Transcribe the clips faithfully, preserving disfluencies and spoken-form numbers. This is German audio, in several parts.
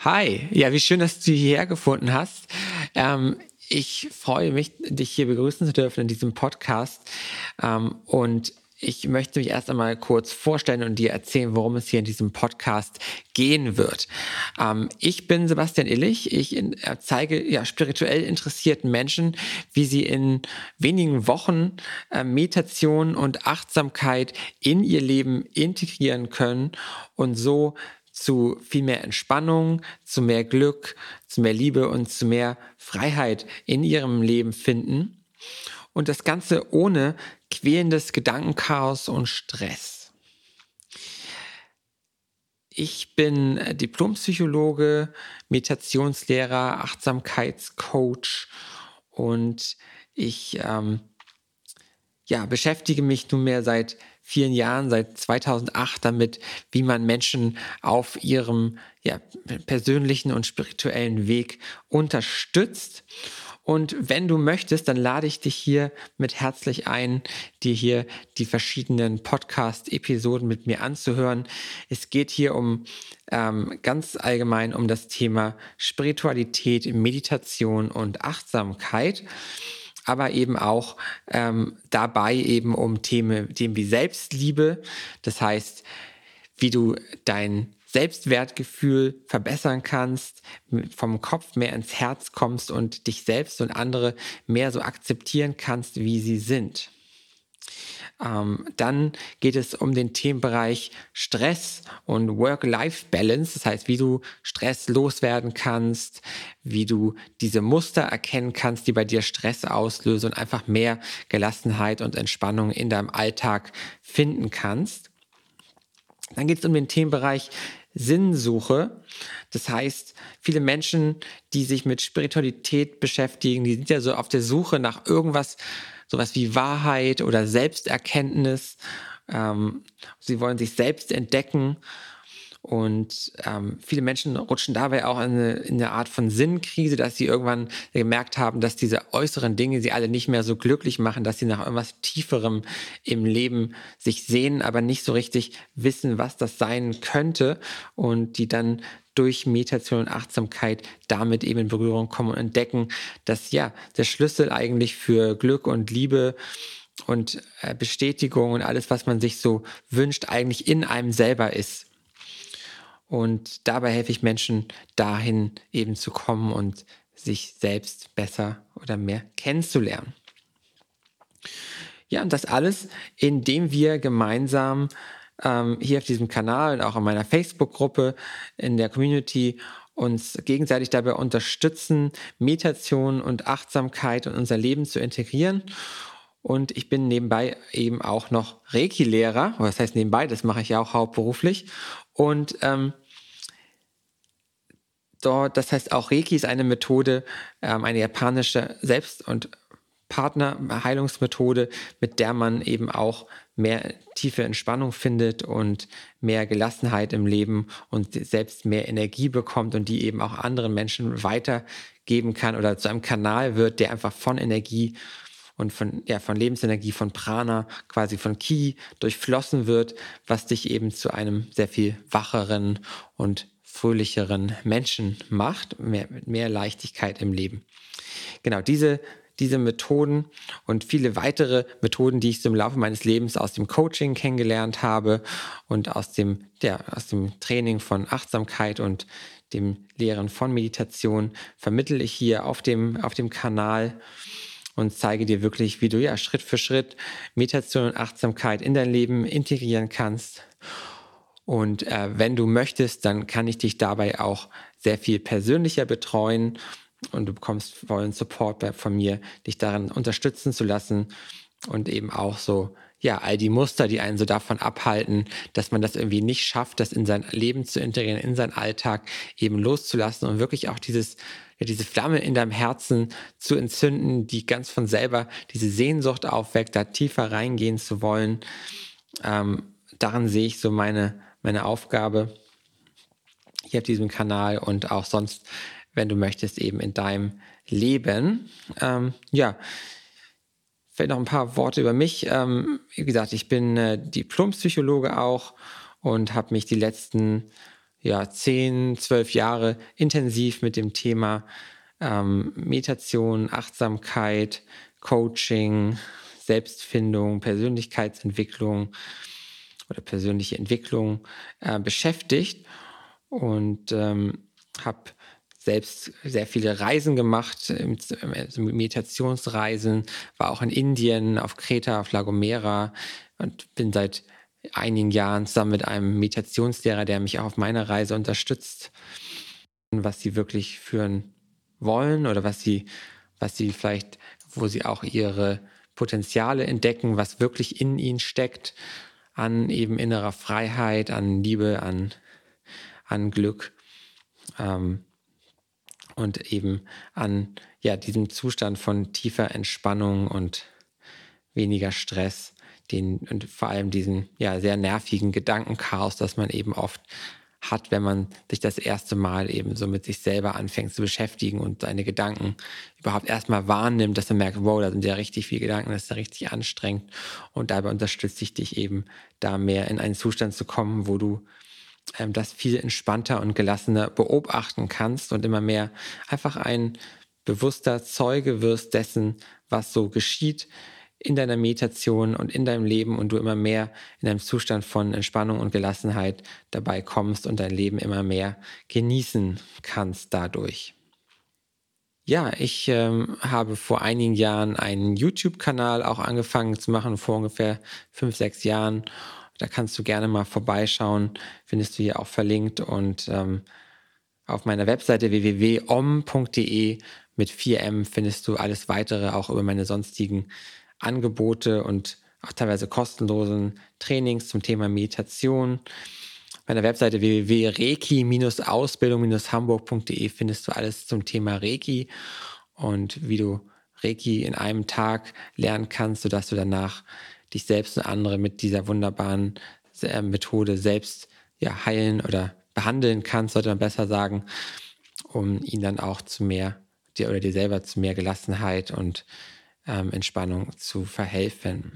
Hi, ja, wie schön, dass du hierher gefunden hast. Ähm, ich freue mich, dich hier begrüßen zu dürfen in diesem Podcast. Ähm, und ich möchte mich erst einmal kurz vorstellen und dir erzählen, worum es hier in diesem Podcast gehen wird. Ähm, ich bin Sebastian Illich. Ich in, äh, zeige ja, spirituell interessierten Menschen, wie sie in wenigen Wochen äh, Meditation und Achtsamkeit in ihr Leben integrieren können und so zu viel mehr Entspannung, zu mehr Glück, zu mehr Liebe und zu mehr Freiheit in ihrem Leben finden. Und das Ganze ohne quälendes Gedankenchaos und Stress. Ich bin Diplompsychologe, Meditationslehrer, Achtsamkeitscoach und ich ähm, ja, beschäftige mich nunmehr seit vielen Jahren, seit zweitausendacht damit, wie man Menschen auf ihrem ja, persönlichen und spirituellen Weg unterstützt. Und wenn du möchtest, dann lade ich dich hier mit herzlich ein, dir hier die verschiedenen Podcast-Episoden mit mir anzuhören. Es geht hier um ähm, ganz allgemein um das Thema Spiritualität, Meditation und Achtsamkeit, aber eben auch ähm, dabei eben um Themen, Themen wie Selbstliebe, das heißt, wie du dein Selbstwertgefühl verbessern kannst, vom Kopf mehr ins Herz kommst und dich selbst und andere mehr so akzeptieren kannst, wie sie sind. Ähm, dann geht es um den Themenbereich Stress und Work-Life-Balance, das heißt, wie du Stress loswerden kannst, wie du diese Muster erkennen kannst, die bei dir Stress auslösen und einfach mehr Gelassenheit und Entspannung in deinem Alltag finden kannst. Dann geht es um den Themenbereich Sinnsuche. Das heißt, viele Menschen, die sich mit Spiritualität beschäftigen, die sind ja so auf der Suche nach irgendwas, sowas wie Wahrheit oder Selbsterkenntnis. Ähm, sie wollen sich selbst entdecken. Und ähm, viele Menschen rutschen dabei auch in eine, in eine Art von Sinnkrise, dass sie irgendwann gemerkt haben, dass diese äußeren Dinge sie alle nicht mehr so glücklich machen, dass sie nach irgendwas Tieferem im Leben sich sehnen, aber nicht so richtig wissen, was das sein könnte und die dann durch Meditation und Achtsamkeit damit eben in Berührung kommen und entdecken, dass ja der Schlüssel eigentlich für Glück und Liebe und äh, Bestätigung und alles, was man sich so wünscht, eigentlich in einem selber ist. Und dabei helfe ich Menschen, dahin eben zu kommen und sich selbst besser oder mehr kennenzulernen. Ja, und das alles, indem wir gemeinsam ähm, hier auf diesem Kanal und auch in meiner Facebook-Gruppe, in der Community uns gegenseitig dabei unterstützen, Meditation und Achtsamkeit in unser Leben zu integrieren. Und ich bin nebenbei eben auch noch Reiki-Lehrer. Das heißt nebenbei, das mache ich ja auch hauptberuflich. Und ähm, dort, das heißt auch Reiki ist eine Methode, ähm, eine japanische Selbst- und Partnerheilungsmethode, mit der man eben auch mehr tiefe Entspannung findet und mehr Gelassenheit im Leben und selbst mehr Energie bekommt und die eben auch anderen Menschen weitergeben kann oder zu einem Kanal wird, der einfach von Energie und von, ja, von Lebensenergie, von Prana, quasi von Ki durchflossen wird, was dich eben zu einem sehr viel wacheren und fröhlicheren Menschen macht, mehr, mit mehr Leichtigkeit im Leben. Genau, diese, diese Methoden und viele weitere Methoden, die ich so im Laufe meines Lebens aus dem Coaching kennengelernt habe und aus dem, ja, aus dem Training von Achtsamkeit und dem Lehren von Meditation, vermittle ich hier auf dem, auf dem Kanal und zeige dir wirklich, wie du ja Schritt für Schritt Meditation und Achtsamkeit in dein Leben integrieren kannst. Und äh, wenn du möchtest, dann kann ich dich dabei auch sehr viel persönlicher betreuen und du bekommst vollen Support von mir, dich darin unterstützen zu lassen und eben auch so, ja, all die Muster, die einen so davon abhalten, dass man das irgendwie nicht schafft, das in sein Leben zu integrieren, in seinen Alltag eben loszulassen und wirklich auch dieses, ja, diese Flamme in deinem Herzen zu entzünden, die ganz von selber diese Sehnsucht aufweckt, da tiefer reingehen zu wollen. Ähm, daran sehe ich so meine, meine Aufgabe hier auf diesem Kanal und auch sonst, wenn du möchtest, eben in deinem Leben. Ähm, ja, vielleicht noch ein paar Worte über mich. Ähm, wie gesagt, ich bin äh, Diplompsychologe auch und habe mich die letzten ja, zehn, zwölf Jahre intensiv mit dem Thema ähm, Meditation, Achtsamkeit, Coaching, Selbstfindung, Persönlichkeitsentwicklung oder persönliche Entwicklung äh, beschäftigt und ähm, habe selbst sehr viele Reisen gemacht, also Meditationsreisen, war auch in Indien, auf Kreta, auf La Gomera und bin seit einigen Jahren zusammen mit einem Meditationslehrer, der mich auch auf meiner Reise unterstützt, was sie wirklich führen wollen oder was sie, was sie vielleicht, wo sie auch ihre Potenziale entdecken, was wirklich in ihnen steckt, an eben innerer Freiheit, an Liebe, an, an Glück ähm, und eben an ja, diesem Zustand von tiefer Entspannung und weniger Stress, den, und vor allem diesen ja, sehr nervigen Gedankenchaos, das man eben oft hat, wenn man sich das erste Mal eben so mit sich selber anfängt zu beschäftigen und seine Gedanken überhaupt erstmal wahrnimmt, dass man merkt, wow, da sind ja richtig viele Gedanken, das ist ja richtig anstrengend. Und dabei unterstütze ich dich eben, da mehr in einen Zustand zu kommen, wo du ähm, das viel entspannter und gelassener beobachten kannst und immer mehr einfach ein bewusster Zeuge wirst dessen, was so geschieht in deiner Meditation und in deinem Leben und du immer mehr in einem Zustand von Entspannung und Gelassenheit dabei kommst und dein Leben immer mehr genießen kannst dadurch. Ja, ich ähm, habe vor einigen Jahren einen YouTube-Kanal auch angefangen zu machen, vor ungefähr fünf, sechs Jahren. Da kannst du gerne mal vorbeischauen, findest du hier auch verlinkt und ähm, auf meiner Webseite w w w punkt om punkt d e mit vier M findest du alles weitere, auch über meine sonstigen Angebote und auch teilweise kostenlosen Trainings zum Thema Meditation. Auf meiner Webseite w w w punkt reiki ausbildung hamburg punkt d e findest du alles zum Thema Reiki und wie du Reiki in einem Tag lernen kannst, sodass du danach dich selbst und andere mit dieser wunderbaren Methode selbst ja, heilen oder behandeln kannst, sollte man besser sagen, um ihn dann auch zu mehr, dir oder dir selber zu mehr Gelassenheit und ähm, Entspannung zu verhelfen.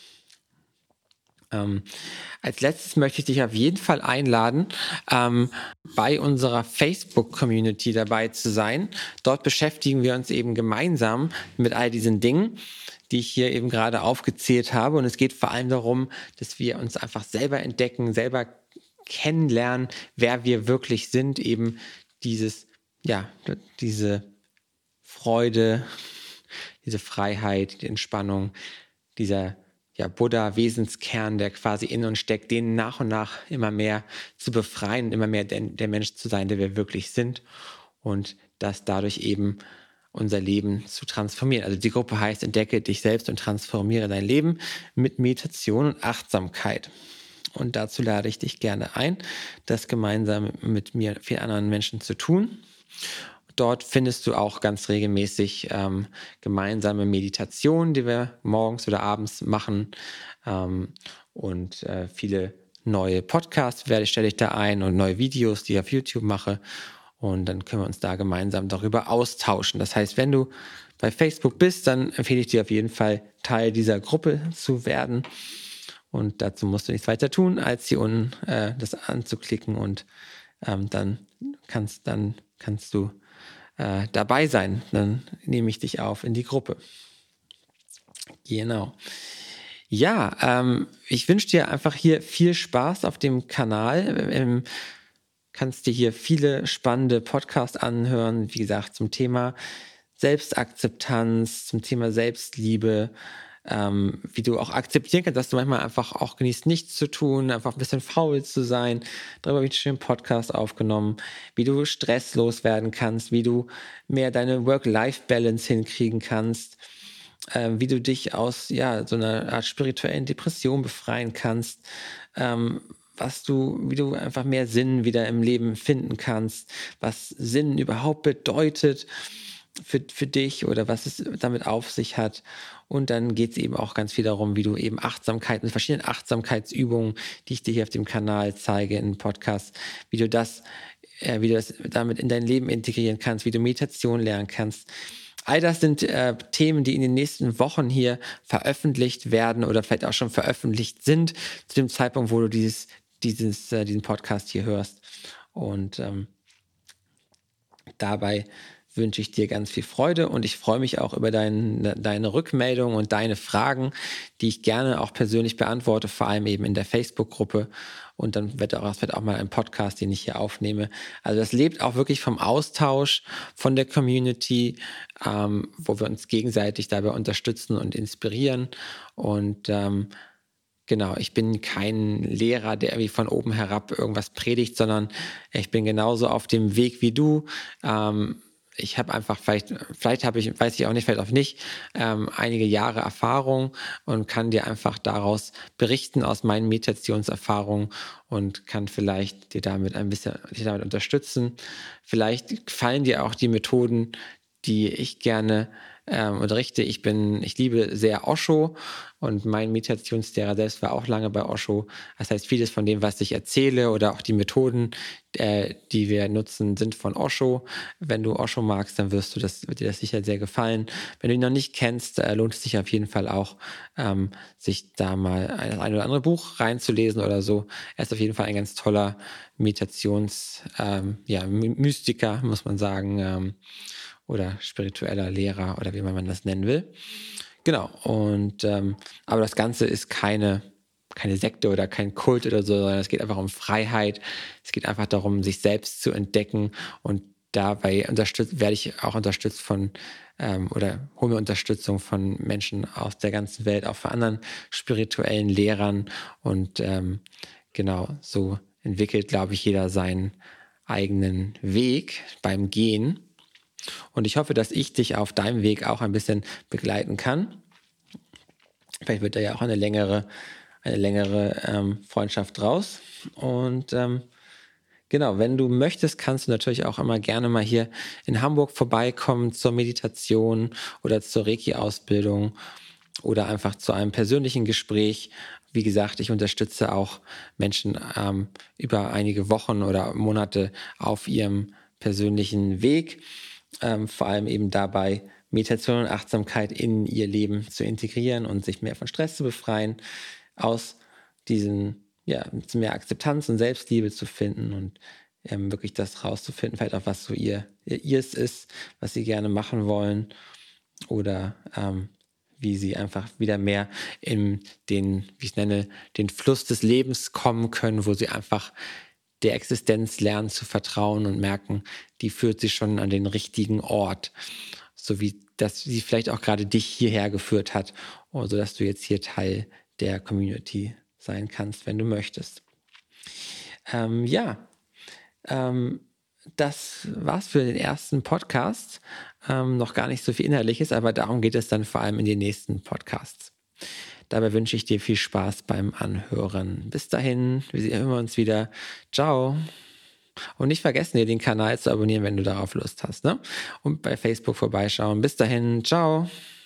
Ähm, als letztes möchte ich dich auf jeden Fall einladen, ähm, bei unserer Facebook-Community dabei zu sein. Dort beschäftigen wir uns eben gemeinsam mit all diesen Dingen, die ich hier eben gerade aufgezählt habe. Und es geht vor allem darum, dass wir uns einfach selber entdecken, selber kennenlernen, wer wir wirklich sind, eben dieses, ja, diese Freude, diese Freiheit, die Entspannung, dieser ja, Buddha-Wesenskern, der quasi in uns steckt, den nach und nach immer mehr zu befreien, immer mehr der, der Mensch zu sein, der wir wirklich sind und das dadurch eben unser Leben zu transformieren. Also die Gruppe heißt Entdecke dich selbst und transformiere dein Leben mit Meditation und Achtsamkeit. Und dazu lade ich dich gerne ein, das gemeinsam mit mir, vielen anderen Menschen zu tun. Dort findest du auch ganz regelmäßig ähm, gemeinsame Meditationen, die wir morgens oder abends machen ähm, und äh, viele neue Podcasts werde, stelle ich da ein und neue Videos, die ich auf YouTube mache und dann können wir uns da gemeinsam darüber austauschen. Das heißt, wenn du bei Facebook bist, dann empfehle ich dir auf jeden Fall, Teil dieser Gruppe zu werden und dazu musst du nichts weiter tun, als hier unten äh, das anzuklicken und ähm, dann kannst, dann kannst du Äh, dabei sein, dann nehme ich dich auf in die Gruppe. Genau. Ja, ähm, ich wünsche dir einfach hier viel Spaß auf dem Kanal. Ähm, kannst dir hier viele spannende Podcasts anhören, wie gesagt, zum Thema Selbstakzeptanz, zum Thema Selbstliebe, ähm, wie du auch akzeptieren kannst, dass du manchmal einfach auch genießt, nichts zu tun, einfach ein bisschen faul zu sein. Darüber habe ich einen schönen Podcast aufgenommen, wie du stresslos werden kannst, wie du mehr deine Work-Life-Balance hinkriegen kannst, äh, wie du dich aus ja, so einer Art spirituellen Depression befreien kannst, ähm, was du, wie du einfach mehr Sinn wieder im Leben finden kannst, was Sinn überhaupt bedeutet für, für dich oder was es damit auf sich hat. Und dann geht es eben auch ganz viel darum, wie du eben Achtsamkeit mit verschiedenen Achtsamkeitsübungen, die ich dir hier auf dem Kanal zeige, in Podcast, wie du das, äh, wie du das damit in dein Leben integrieren kannst, wie du Meditation lernen kannst. All das sind äh, Themen, die in den nächsten Wochen hier veröffentlicht werden oder vielleicht auch schon veröffentlicht sind, zu dem Zeitpunkt, wo du dieses, dieses, äh, diesen Podcast hier hörst. Und ähm, dabei wünsche ich dir ganz viel Freude und ich freue mich auch über dein, deine Rückmeldung und deine Fragen, die ich gerne auch persönlich beantworte, vor allem eben in der Facebook-Gruppe. Und dann wird auch, das wird auch mal ein Podcast, den ich hier aufnehme. Also das lebt auch wirklich vom Austausch, von der Community, ähm, wo wir uns gegenseitig dabei unterstützen und inspirieren. Und ähm, genau, ich bin kein Lehrer, der irgendwie von oben herab irgendwas predigt, sondern ich bin genauso auf dem Weg wie du. Ähm, ich habe einfach, vielleicht, vielleicht habe ich, weiß ich auch nicht, vielleicht auch nicht, ähm, einige Jahre Erfahrung und kann dir einfach daraus berichten aus meinen Meditationserfahrungen und kann vielleicht dir damit ein bisschen dich damit unterstützen. Vielleicht gefallen dir auch die Methoden, die ich gerne ähm, unterrichte. Ich bin, ich liebe sehr Osho und mein Meditationslehrer selbst war auch lange bei Osho. Das heißt, vieles von dem, was ich erzähle oder auch die Methoden, äh, die wir nutzen, sind von Osho. Wenn du Osho magst, dann wirst du das, wird dir das sicher sehr gefallen. Wenn du ihn noch nicht kennst, äh, lohnt es sich auf jeden Fall auch, ähm, sich da mal ein, ein oder andere Buch reinzulesen oder so. Er ist auf jeden Fall ein ganz toller Meditations, ähm, ja, Mystiker, muss man sagen, ähm, oder spiritueller Lehrer oder wie man das nennen will. Genau, und ähm, aber das Ganze ist keine, keine Sekte oder kein Kult oder so, sondern es geht einfach um Freiheit. Es geht einfach darum, sich selbst zu entdecken und dabei unterstützt, werde ich auch unterstützt von ähm, oder hole mir Unterstützung von Menschen aus der ganzen Welt, auch von anderen spirituellen Lehrern und ähm, genau, so entwickelt, glaube ich, jeder seinen eigenen Weg beim Gehen. Und ich hoffe, dass ich dich auf deinem Weg auch ein bisschen begleiten kann. Vielleicht wird da ja auch eine längere, eine längere ähm, Freundschaft draus. Und ähm, genau, wenn du möchtest, kannst du natürlich auch immer gerne mal hier in Hamburg vorbeikommen zur Meditation oder zur Reiki-Ausbildung oder einfach zu einem persönlichen Gespräch. Wie gesagt, ich unterstütze auch Menschen ähm, über einige Wochen oder Monate auf ihrem persönlichen Weg. Ähm, vor allem eben dabei, Meditation und Achtsamkeit in ihr Leben zu integrieren und sich mehr von Stress zu befreien, aus diesen, ja, zu mehr Akzeptanz und Selbstliebe zu finden und ähm, wirklich das rauszufinden, vielleicht auch was so ihr, ihr ihrs ist, was sie gerne machen wollen oder ähm, wie sie einfach wieder mehr in den, wie ich es nenne, den Fluss des Lebens kommen können, wo sie einfach der Existenz lernen zu vertrauen und merken, die führt sie schon an den richtigen Ort, so wie dass sie vielleicht auch gerade dich hierher geführt hat, sodass du jetzt hier Teil der Community sein kannst, wenn du möchtest. Ähm, ja, ähm, das war's für den ersten Podcast. Ähm, noch gar nicht so viel Inhaltliches, aber darum geht es dann vor allem in den nächsten Podcasts. Dabei wünsche ich dir viel Spaß beim Anhören. Bis dahin, wir sehen uns wieder. Ciao. Und nicht vergessen, dir den Kanal zu abonnieren, wenn du darauf Lust hast, ne? Und bei Facebook vorbeischauen. Bis dahin, ciao.